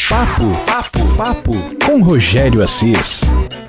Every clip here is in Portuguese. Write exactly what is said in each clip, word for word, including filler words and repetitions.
Papo, papo, papo com Rogério Assis.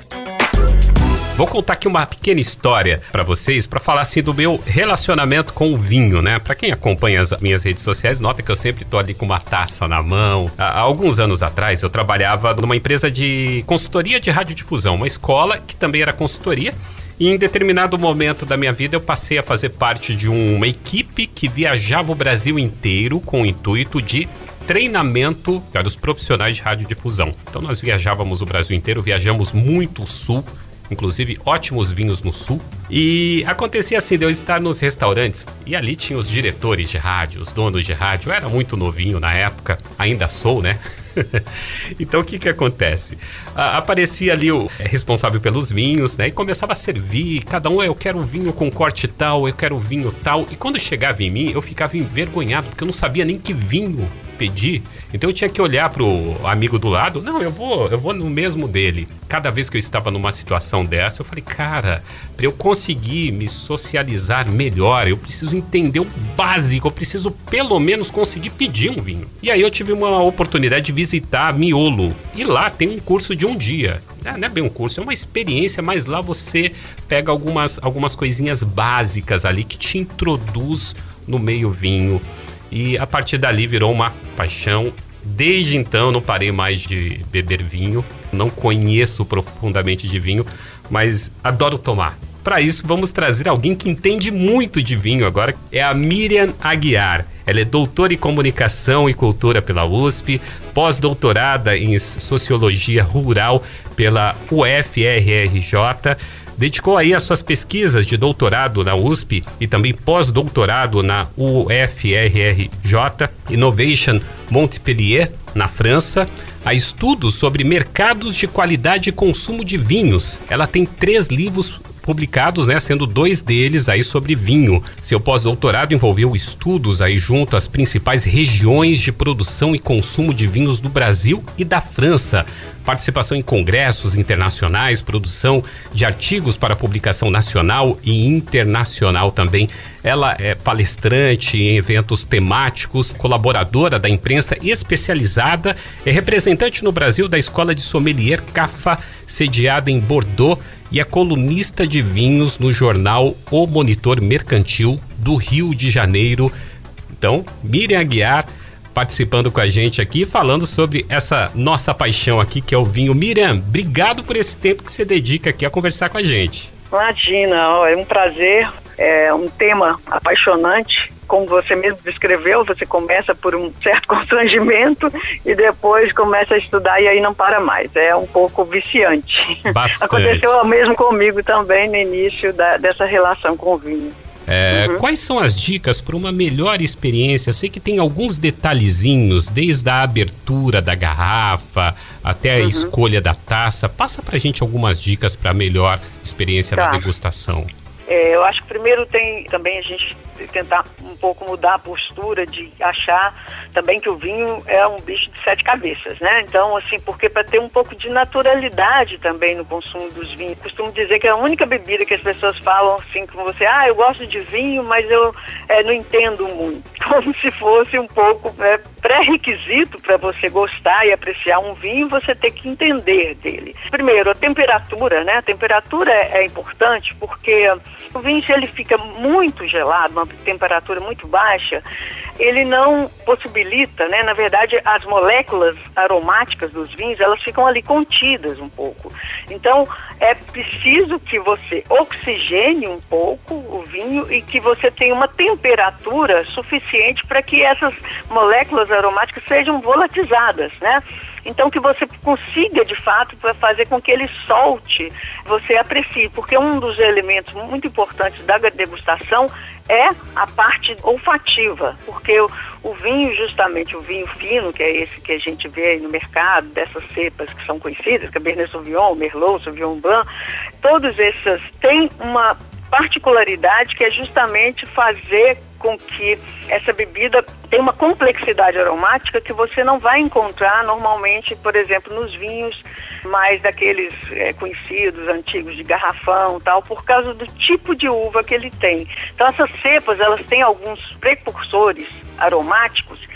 Vou contar aqui uma pequena história para vocês, para falar assim do meu relacionamento com o vinho, né? Para quem acompanha as minhas redes sociais, nota que eu sempre tô ali com uma taça na mão. Há alguns anos atrás, eu trabalhava numa empresa de consultoria de radiodifusão, uma escola que também era consultoria. E em determinado momento da minha vida, eu passei a fazer parte de uma equipe que viajava o Brasil inteiro com o intuito de treinamento dos profissionais de radiodifusão. Então nós viajávamos o Brasil inteiro, viajamos muito o sul, inclusive ótimos vinhos no sul. E acontecia assim, de eu estar nos restaurantes e ali tinha os diretores de rádio, os donos de rádio. Eu era muito novinho na época, ainda sou, né? Então o que que acontece? Ah, aparecia ali o responsável pelos vinhos, né? E começava a servir, cada um, eu quero vinho com corte tal, eu quero vinho tal. E quando chegava em mim, eu ficava envergonhado, porque eu não sabia nem que vinho pedir. Então eu tinha que olhar pro amigo do lado, não, eu vou, eu vou no mesmo dele. Cada vez que eu estava numa situação dessa, eu falei, cara, para eu conseguir me socializar melhor, eu preciso entender o básico, eu preciso pelo menos conseguir pedir um vinho. E aí eu tive uma oportunidade de visitar Miolo, e lá tem um curso de um dia. Não é bem um curso, é uma experiência, mas lá você pega algumas, algumas coisinhas básicas ali que te introduz no meio vinho. E a partir dali virou uma paixão. Desde então não parei mais de beber vinho. Não conheço profundamente de vinho, mas adoro tomar. Para isso, vamos trazer alguém que entende muito de vinho agora. É a Miriam Aguiar. Ela é doutora em Comunicação e Cultura pela U S P, pós-doutorada em Sociologia Rural pela U F R R J. Dedicou aí as suas pesquisas de doutorado na U S P e também pós-doutorado na U F R R J, Innovation Montpellier, na França, a estudos sobre mercados de qualidade e consumo de vinhos. Ela tem três livros publicados, né, sendo dois deles aí sobre vinho. Seu pós-doutorado envolveu estudos aí junto às principais regiões de produção e consumo de vinhos do Brasil e da França. Participação em congressos internacionais, produção de artigos para publicação nacional e internacional também. Ela é palestrante em eventos temáticos, colaboradora da imprensa especializada, é representante no Brasil da Escola de Sommelier C A F A, sediada em Bordeaux, e é colunista de vinhos no jornal O Monitor Mercantil do Rio de Janeiro. Então, Miriam Aguiar participando com a gente aqui, falando sobre essa nossa paixão aqui, que é o vinho. Miriam, obrigado por esse tempo que você dedica aqui a conversar com a gente. Imagina, é um prazer, é um tema apaixonante. Como você mesmo descreveu, você começa por um certo constrangimento e depois começa a estudar e aí não para mais. É um pouco viciante. Bastante. Aconteceu o mesmo comigo também no início da, dessa relação com o vinho. É, uhum. Quais são as dicas para uma melhor experiência? Eu sei que tem alguns detalhezinhos, desde a abertura da garrafa até a uhum. escolha da taça. Passa pra gente algumas dicas para melhor experiência tá. na degustação. É, eu acho que primeiro tem também a gente tentar um pouco mudar a postura de achar também que o vinho é um bicho de sete cabeças, né? Então, assim, porque para ter um pouco de naturalidade também no consumo dos vinhos. Costumo dizer que é a única bebida que as pessoas falam assim com você, ah, eu gosto de vinho, mas eu é, não entendo muito. Como se fosse um pouco é, pré-requisito para você gostar e apreciar um vinho, você tem que entender dele. Primeiro, a temperatura, né? A temperatura é, é importante porque o vinho, se ele fica muito gelado, uma temperatura muito baixa, ele não possibilita, né? Na verdade, as moléculas aromáticas dos vinhos, elas ficam ali contidas um pouco. Então, é preciso que você oxigene um pouco o vinho e que você tenha uma temperatura suficiente para que essas moléculas aromáticas sejam volatizadas, né? Então, que você consiga, de fato, para fazer com que ele solte, você aprecie, porque um dos elementos muito importantes da degustação é a parte olfativa, porque o, o vinho, justamente o vinho fino, que é esse que a gente vê aí no mercado, dessas cepas que são conhecidas, Cabernet Sauvignon, Merlot, Sauvignon Blanc, todos esses têm uma particularidade que é justamente fazer com que essa bebida tenha uma complexidade aromática que você não vai encontrar normalmente, por exemplo, nos vinhos mais daqueles é, conhecidos, antigos, de garrafão, tal, por causa do tipo de uva que ele tem. Então essas cepas, elas têm alguns precursores aromáticos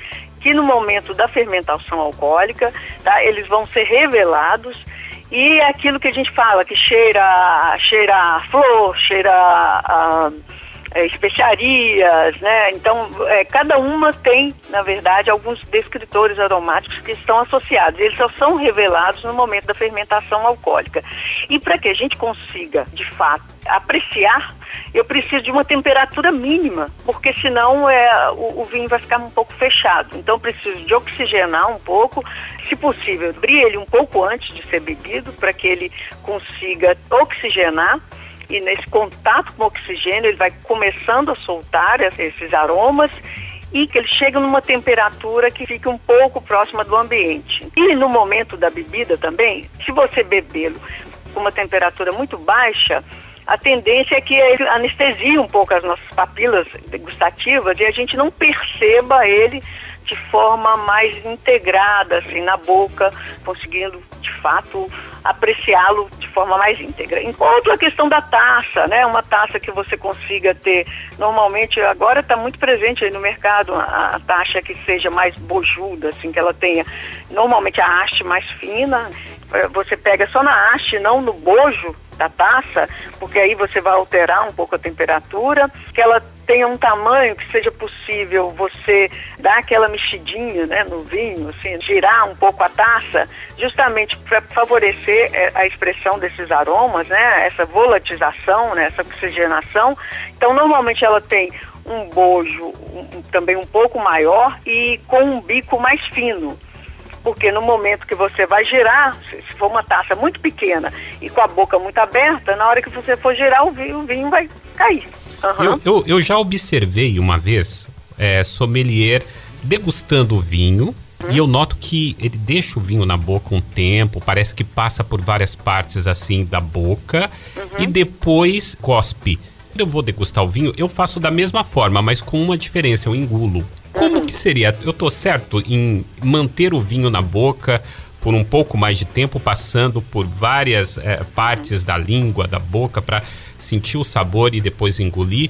que no momento da fermentação alcoólica, tá, eles vão ser revelados. E é aquilo que a gente fala, que cheira, cheira a flor, cheira a, a especiarias, né? Então, é, cada uma tem, na verdade, alguns descritores aromáticos que estão associados. Eles só são revelados no momento da fermentação alcoólica. E para que a gente consiga, de fato, apreciar, eu preciso de uma temperatura mínima, porque senão é, o, o vinho vai ficar um pouco fechado. Então, eu preciso de oxigenar um pouco, se possível, abrir ele um pouco antes de ser bebido, para que ele consiga oxigenar. E nesse contato com o oxigênio, ele vai começando a soltar esses aromas e que ele chega numa temperatura que fica um pouco próxima do ambiente. E no momento da bebida também, se você bebê-lo com uma temperatura muito baixa, a tendência é que ele anestesie um pouco as nossas papilas gustativas e a gente não perceba ele de forma mais integrada, assim, na boca, conseguindo, de fato, apreciá-lo de forma mais íntegra. Enquanto a questão da taça, né, uma taça que você consiga ter, normalmente, agora está muito presente aí no mercado, a, a taça que seja mais bojuda, assim, que ela tenha, normalmente, a haste mais fina, você pega só na haste, não no bojo da taça, porque aí você vai alterar um pouco a temperatura, que ela tenha um tamanho que seja possível você dar aquela mexidinha, né, no vinho, assim, girar um pouco a taça, justamente para favorecer a expressão desses aromas, né, essa volatização, né, essa oxigenação. Então, normalmente ela tem um bojo um, também um pouco maior e com um bico mais fino. Porque no momento que você vai girar, se for uma taça muito pequena e com a boca muito aberta, na hora que você for girar o vinho, o vinho vai cair. Uhum. Eu, eu, eu já observei uma vez, é, sommelier degustando o vinho, uhum. e eu noto que ele deixa o vinho na boca um tempo, parece que passa por várias partes assim da boca, uhum. e depois cospe. Quando eu vou degustar o vinho, eu faço da mesma forma, mas com uma diferença, eu engulo. Como que seria? Eu tô certo em manter o vinho na boca por um pouco mais de tempo, passando por várias é, partes da língua, da boca, para sentir o sabor e depois engolir?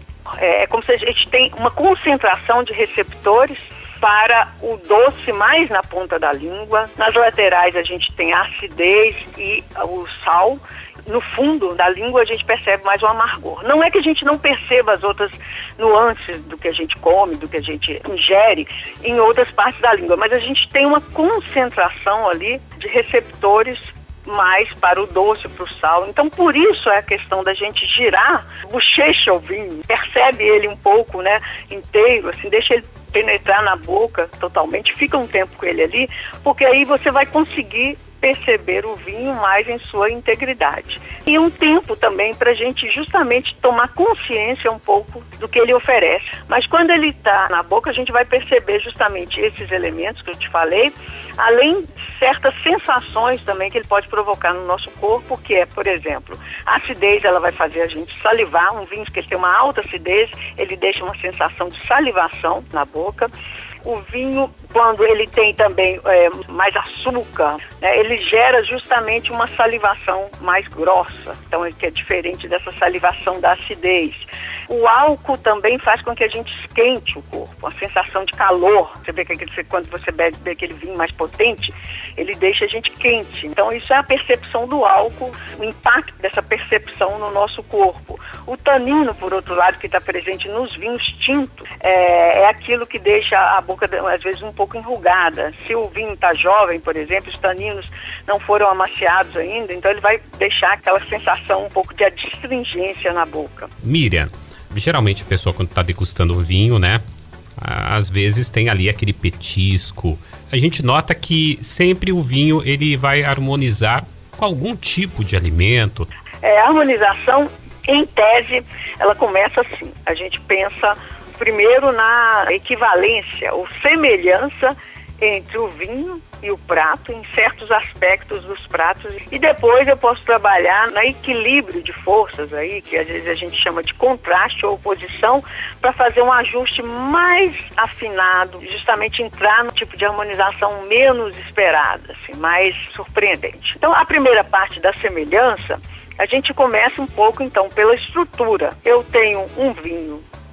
É como se a gente tem uma concentração de receptores para o doce mais na ponta da língua. Nas laterais a gente tem a acidez e o sal. No fundo da língua a gente percebe mais o amargor. Não é que a gente não perceba as outras nuances do que a gente come, do que a gente ingere em outras partes da língua, mas a gente tem uma concentração ali de receptores mais para o doce, para o sal. Então, por isso é a questão da gente girar, bochecha o vinho, percebe ele um pouco, né, inteiro, assim, deixa ele penetrar na boca totalmente, fica um tempo com ele ali, porque aí você vai conseguir perceber o vinho mais em sua integridade. E um tempo também para a gente justamente tomar consciência um pouco do que ele oferece. Mas quando ele está na boca, a gente vai perceber justamente esses elementos que eu te falei, além de certas sensações também que ele pode provocar no nosso corpo, que é, por exemplo, a acidez, ela vai fazer a gente salivar. Um vinho que ele tem uma alta acidez, ele deixa uma sensação de salivação na boca. O vinho, quando ele tem também é, mais açúcar, né, ele gera justamente uma salivação mais grossa, então ele que é diferente dessa salivação da acidez. O álcool também faz com que a gente esquente o corpo, a sensação de calor. Você vê que aquele, quando você bebe, bebe aquele vinho mais potente, ele deixa a gente quente. Então isso é a percepção do álcool, o impacto dessa percepção no nosso corpo. O tanino, por outro lado, que está presente nos vinhos tintos, é, é aquilo que deixa a boca, às vezes, um pouco enrugada. Se o vinho está jovem, por exemplo, os taninos não foram amaciados ainda, então ele vai deixar aquela sensação um pouco de adstringência na boca. Miriam, geralmente a pessoa quando está degustando o vinho, né, às vezes tem ali aquele petisco. A gente nota que sempre o vinho ele vai harmonizar com algum tipo de alimento. É, a harmonização, em tese, ela começa assim. A gente pensa primeiro na equivalência ou semelhança entre o vinho e o prato, em certos aspectos dos pratos, e depois eu posso trabalhar no equilíbrio de forças aí, que às vezes a gente chama de contraste ou oposição, para fazer um ajuste mais afinado, justamente entrar no tipo de harmonização menos esperada, assim, mais surpreendente. Então, a primeira parte da semelhança, a gente começa um pouco, então, pela estrutura. Eu tenho um vinho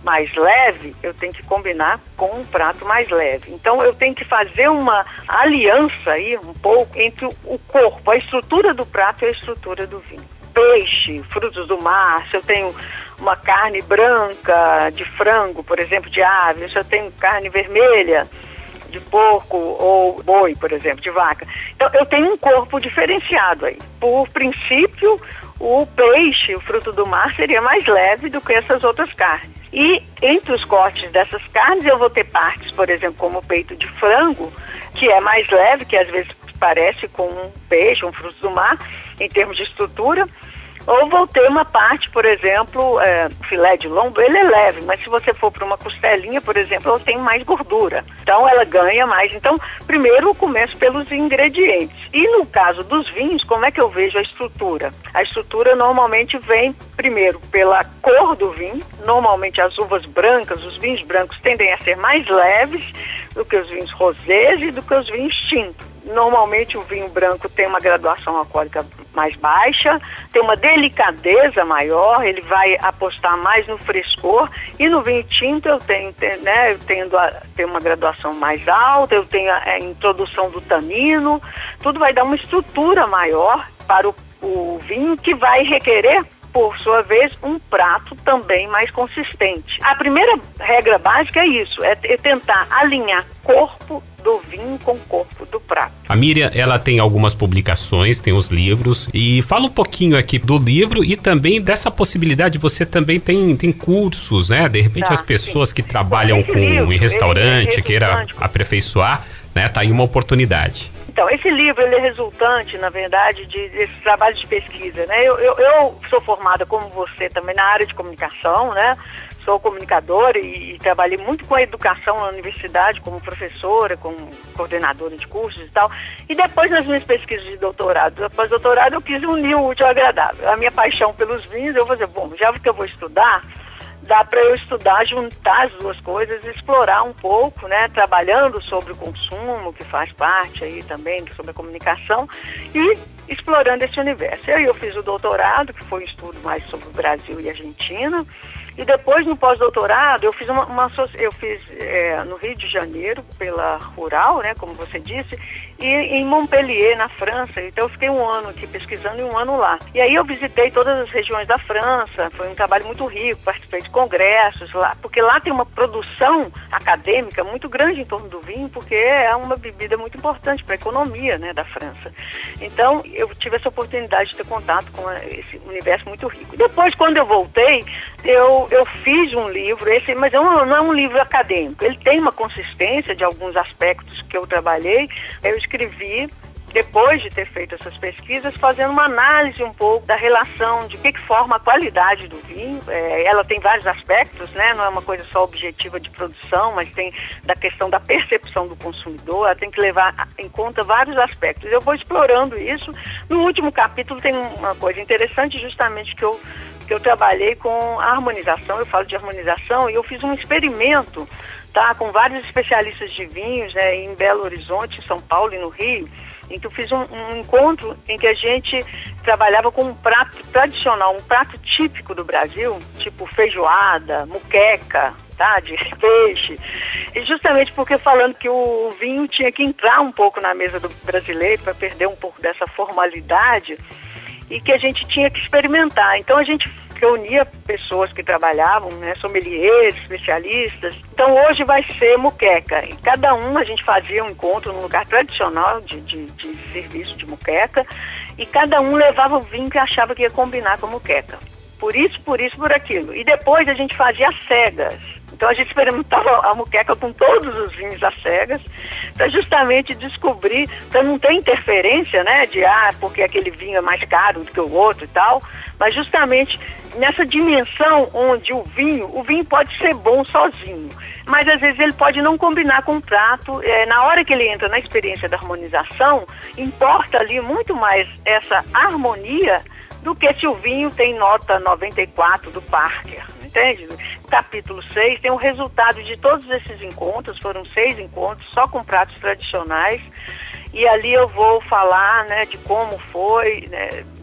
mais leve, eu tenho que combinar com um prato mais leve. Então eu tenho que fazer uma aliança aí um pouco entre o corpo, a estrutura do prato e a estrutura do vinho. Peixe, frutos do mar, se eu tenho uma carne branca de frango, por exemplo, de ave, se eu tenho carne vermelha de porco ou boi, por exemplo, de vaca. Então eu tenho um corpo diferenciado aí. Por princípio, o peixe, o fruto do mar, seria mais leve do que essas outras carnes. E entre os cortes dessas carnes eu vou ter partes, por exemplo, como o peito de frango, que é mais leve, que às vezes parece com um peixe, um fruto do mar, em termos de estrutura. Ou vou ter uma parte, por exemplo, é, filé de lombo, ele é leve, mas se você for para uma costelinha, por exemplo, ela tem mais gordura. Então ela ganha mais. Então, primeiro eu começo pelos ingredientes. E no caso dos vinhos, como é que eu vejo a estrutura? A estrutura normalmente vem primeiro pela cor do vinho. Normalmente as uvas brancas, os vinhos brancos tendem a ser mais leves do que os vinhos rosés e do que os vinhos tintos. Normalmente o vinho branco tem uma graduação alcoólica mais baixa, tem uma delicadeza maior, ele vai apostar mais no frescor, e no vinho tinto eu tenho, né, eu tendo a ter uma graduação mais alta, eu tenho a, a introdução do tanino, tudo vai dar uma estrutura maior para o, o vinho, que vai requerer, por sua vez, um prato também mais consistente. A primeira regra básica é isso, é, é tentar alinhar corpo do vinho com o corpo do prato. A Miriam, ela tem algumas publicações, tem os livros, e fala um pouquinho aqui do livro e também dessa possibilidade, você também tem, tem cursos, né? De repente tá, as pessoas sim. que trabalham esse com livro, em restaurante, é queira aperfeiçoar, né? Tá aí uma oportunidade. Então, esse livro, ele é resultante, na verdade, de, desses trabalhos de pesquisa, né? Eu, eu, eu sou formada, como você, também na área de comunicação, né? Sou comunicadora e, e trabalhei muito com a educação na universidade, como professora, como coordenadora de cursos e tal. E depois, nas minhas pesquisas de doutorado, após doutorado, eu quis unir o útil ao agradável. A minha paixão pelos vinhos, eu vou dizer, bom, já que eu vou estudar, dá para eu estudar, juntar as duas coisas e explorar um pouco, né, trabalhando sobre o consumo, que faz parte aí também, sobre a comunicação, e explorando esse universo. E aí eu fiz o doutorado, que foi um estudo mais sobre o Brasil e Argentina, e depois no pós-doutorado eu fiz uma, uma eu fiz é, no Rio de Janeiro, pela Rural, né, como você disse, e em Montpellier, na França. Então eu fiquei um ano aqui pesquisando e um ano lá. E aí eu visitei todas as regiões da França, foi um trabalho muito rico, participei de congressos lá, porque lá tem uma produção acadêmica muito grande em torno do vinho, porque é uma bebida muito importante para a economia, né, da França. Então eu tive essa oportunidade de ter contato com esse universo muito rico. Depois, quando eu voltei, eu, eu fiz um livro, esse, mas não, não é um livro acadêmico, ele tem uma consistência de alguns aspectos que eu trabalhei. Eu escrevi, depois de ter feito essas pesquisas, fazendo uma análise um pouco da relação de o que, que forma a qualidade do vinho. É, ela tem vários aspectos, né? Não é uma coisa só objetiva de produção, mas tem da questão da percepção do consumidor, ela tem que levar em conta vários aspectos. Eu vou explorando isso. No último capítulo tem uma coisa interessante, justamente que eu, que eu trabalhei com a harmonização, eu falo de harmonização, e eu fiz um experimento, tá, com vários especialistas de vinhos, né, em Belo Horizonte, em São Paulo e no Rio, em que eu fiz um, um encontro em que a gente trabalhava com um prato tradicional, um prato típico do Brasil, tipo feijoada, muqueca, tá, de peixe, e justamente porque falando que o vinho tinha que entrar um pouco na mesa do brasileiro para perder um pouco dessa formalidade e que a gente tinha que experimentar. Então a gente reunia pessoas que trabalhavam, né, sommeliers, especialistas. Então hoje vai ser muqueca. E cada um, a gente fazia um encontro num lugar tradicional de, de, de serviço de muqueca, e cada um levava o vinho que achava que ia combinar com a muqueca. Por isso, por isso, por aquilo. E depois a gente fazia às cegas. Então a gente experimentava a muqueca com todos os vinhos às cegas, para justamente descobrir, para não ter interferência, né, de ah, porque aquele vinho é mais caro do que o outro e tal, mas justamente nessa dimensão onde o vinho, o vinho pode ser bom sozinho, mas às vezes ele pode não combinar com o prato. É, na hora que ele entra na experiência da harmonização, importa ali muito mais essa harmonia do que se o vinho tem nota noventa e quatro do Parker, entende? O capítulo seis tem o resultado de todos esses encontros, foram seis encontros só com pratos tradicionais, e ali eu vou falar, né, de como foi, né,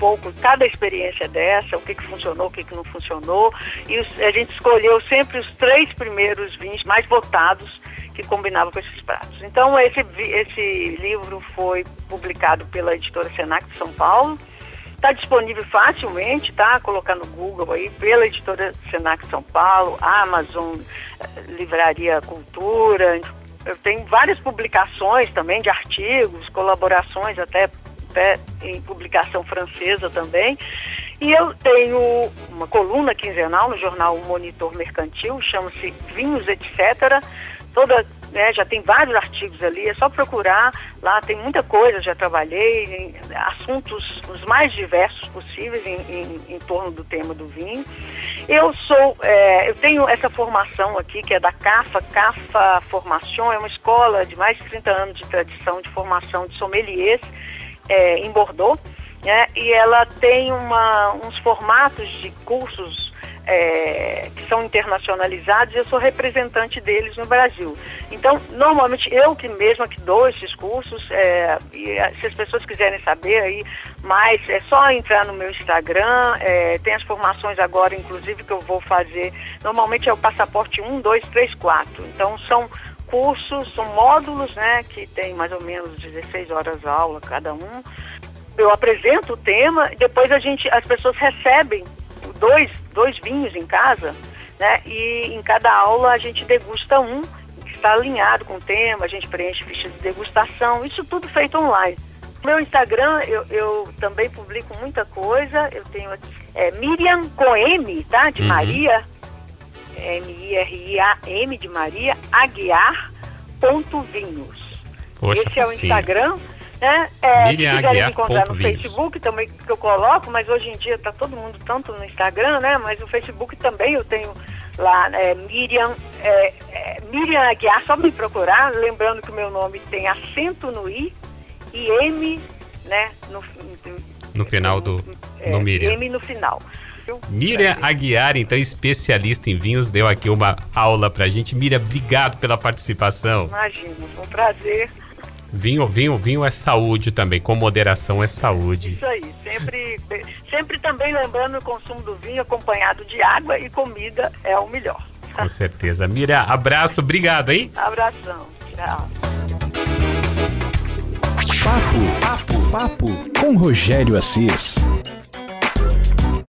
pouco cada experiência dessa, o que, que funcionou, o que, que não funcionou, e os, a gente escolheu sempre os três primeiros vinhos mais votados que combinavam com esses pratos. Então, esse, esse livro foi publicado pela editora Senac de São Paulo. Está disponível facilmente, tá? Colocar no Google aí, pela editora Senac São Paulo, Amazon, Livraria Cultura. Eu tenho várias publicações também de artigos, colaborações até, até em publicação francesa também. E eu tenho uma coluna quinzenal no jornal Monitor Mercantil, chama-se Vinhos, etcétera. Toda, né, já tem vários artigos ali, é só procurar, lá tem muita coisa, já trabalhei em assuntos os mais diversos possíveis em, em, em torno do tema do vinho. Eu sou, é, eu tenho essa formação aqui, que é da CAFA, CAFA Formação, é uma escola de mais de trinta anos de tradição de formação de sommeliers é, em Bordeaux, né, e ela tem uma, uns formatos de cursos É, que são internacionalizados, e eu sou representante deles no Brasil. Então, normalmente, eu que mesma que dou esses cursos, é, e se as pessoas quiserem saber aí mais, é só entrar no meu Instagram, é, tem as formações agora, inclusive, que eu vou fazer, normalmente é o passaporte um, dois, três, quatro. Então, são cursos, são módulos, né, que tem mais ou menos dezesseis horas de aula cada um. Eu apresento o tema, e depois a gente, as pessoas recebem dois, dois vinhos em casa, né? E em cada aula a gente degusta um, que está alinhado com o tema, a gente preenche ficha de degustação, isso tudo feito online. No meu Instagram eu, eu também publico muita coisa, eu tenho é, Miriam com M, tá? De uhum. Maria, M I R I A M de Maria, Aguiar ponto vinhos. Poxa, esse é o sim. Instagram. Né? É, se quiserem encontrar no vinhos. Facebook também, que eu coloco, mas hoje em dia está todo mundo tanto no Instagram, né? Mas o Facebook também eu tenho lá, é, Miriam, é, é, Miriam Aguiar, só me procurar, lembrando que o meu nome tem acento no I e M, né? No, no final do é, no Miriam. M no final. Miriam Aguiar, então especialista em vinhos, deu aqui uma aula pra gente. Miriam, obrigado pela participação. Imagina, foi um prazer. Vinho, vinho, vinho é saúde também, com moderação é saúde. Isso aí, sempre, sempre também lembrando o consumo do vinho acompanhado de água e comida é o melhor. Com certeza. Miriam, abraço, obrigado, hein? Abração, tchau. Papo, papo, papo com Rogério Assis.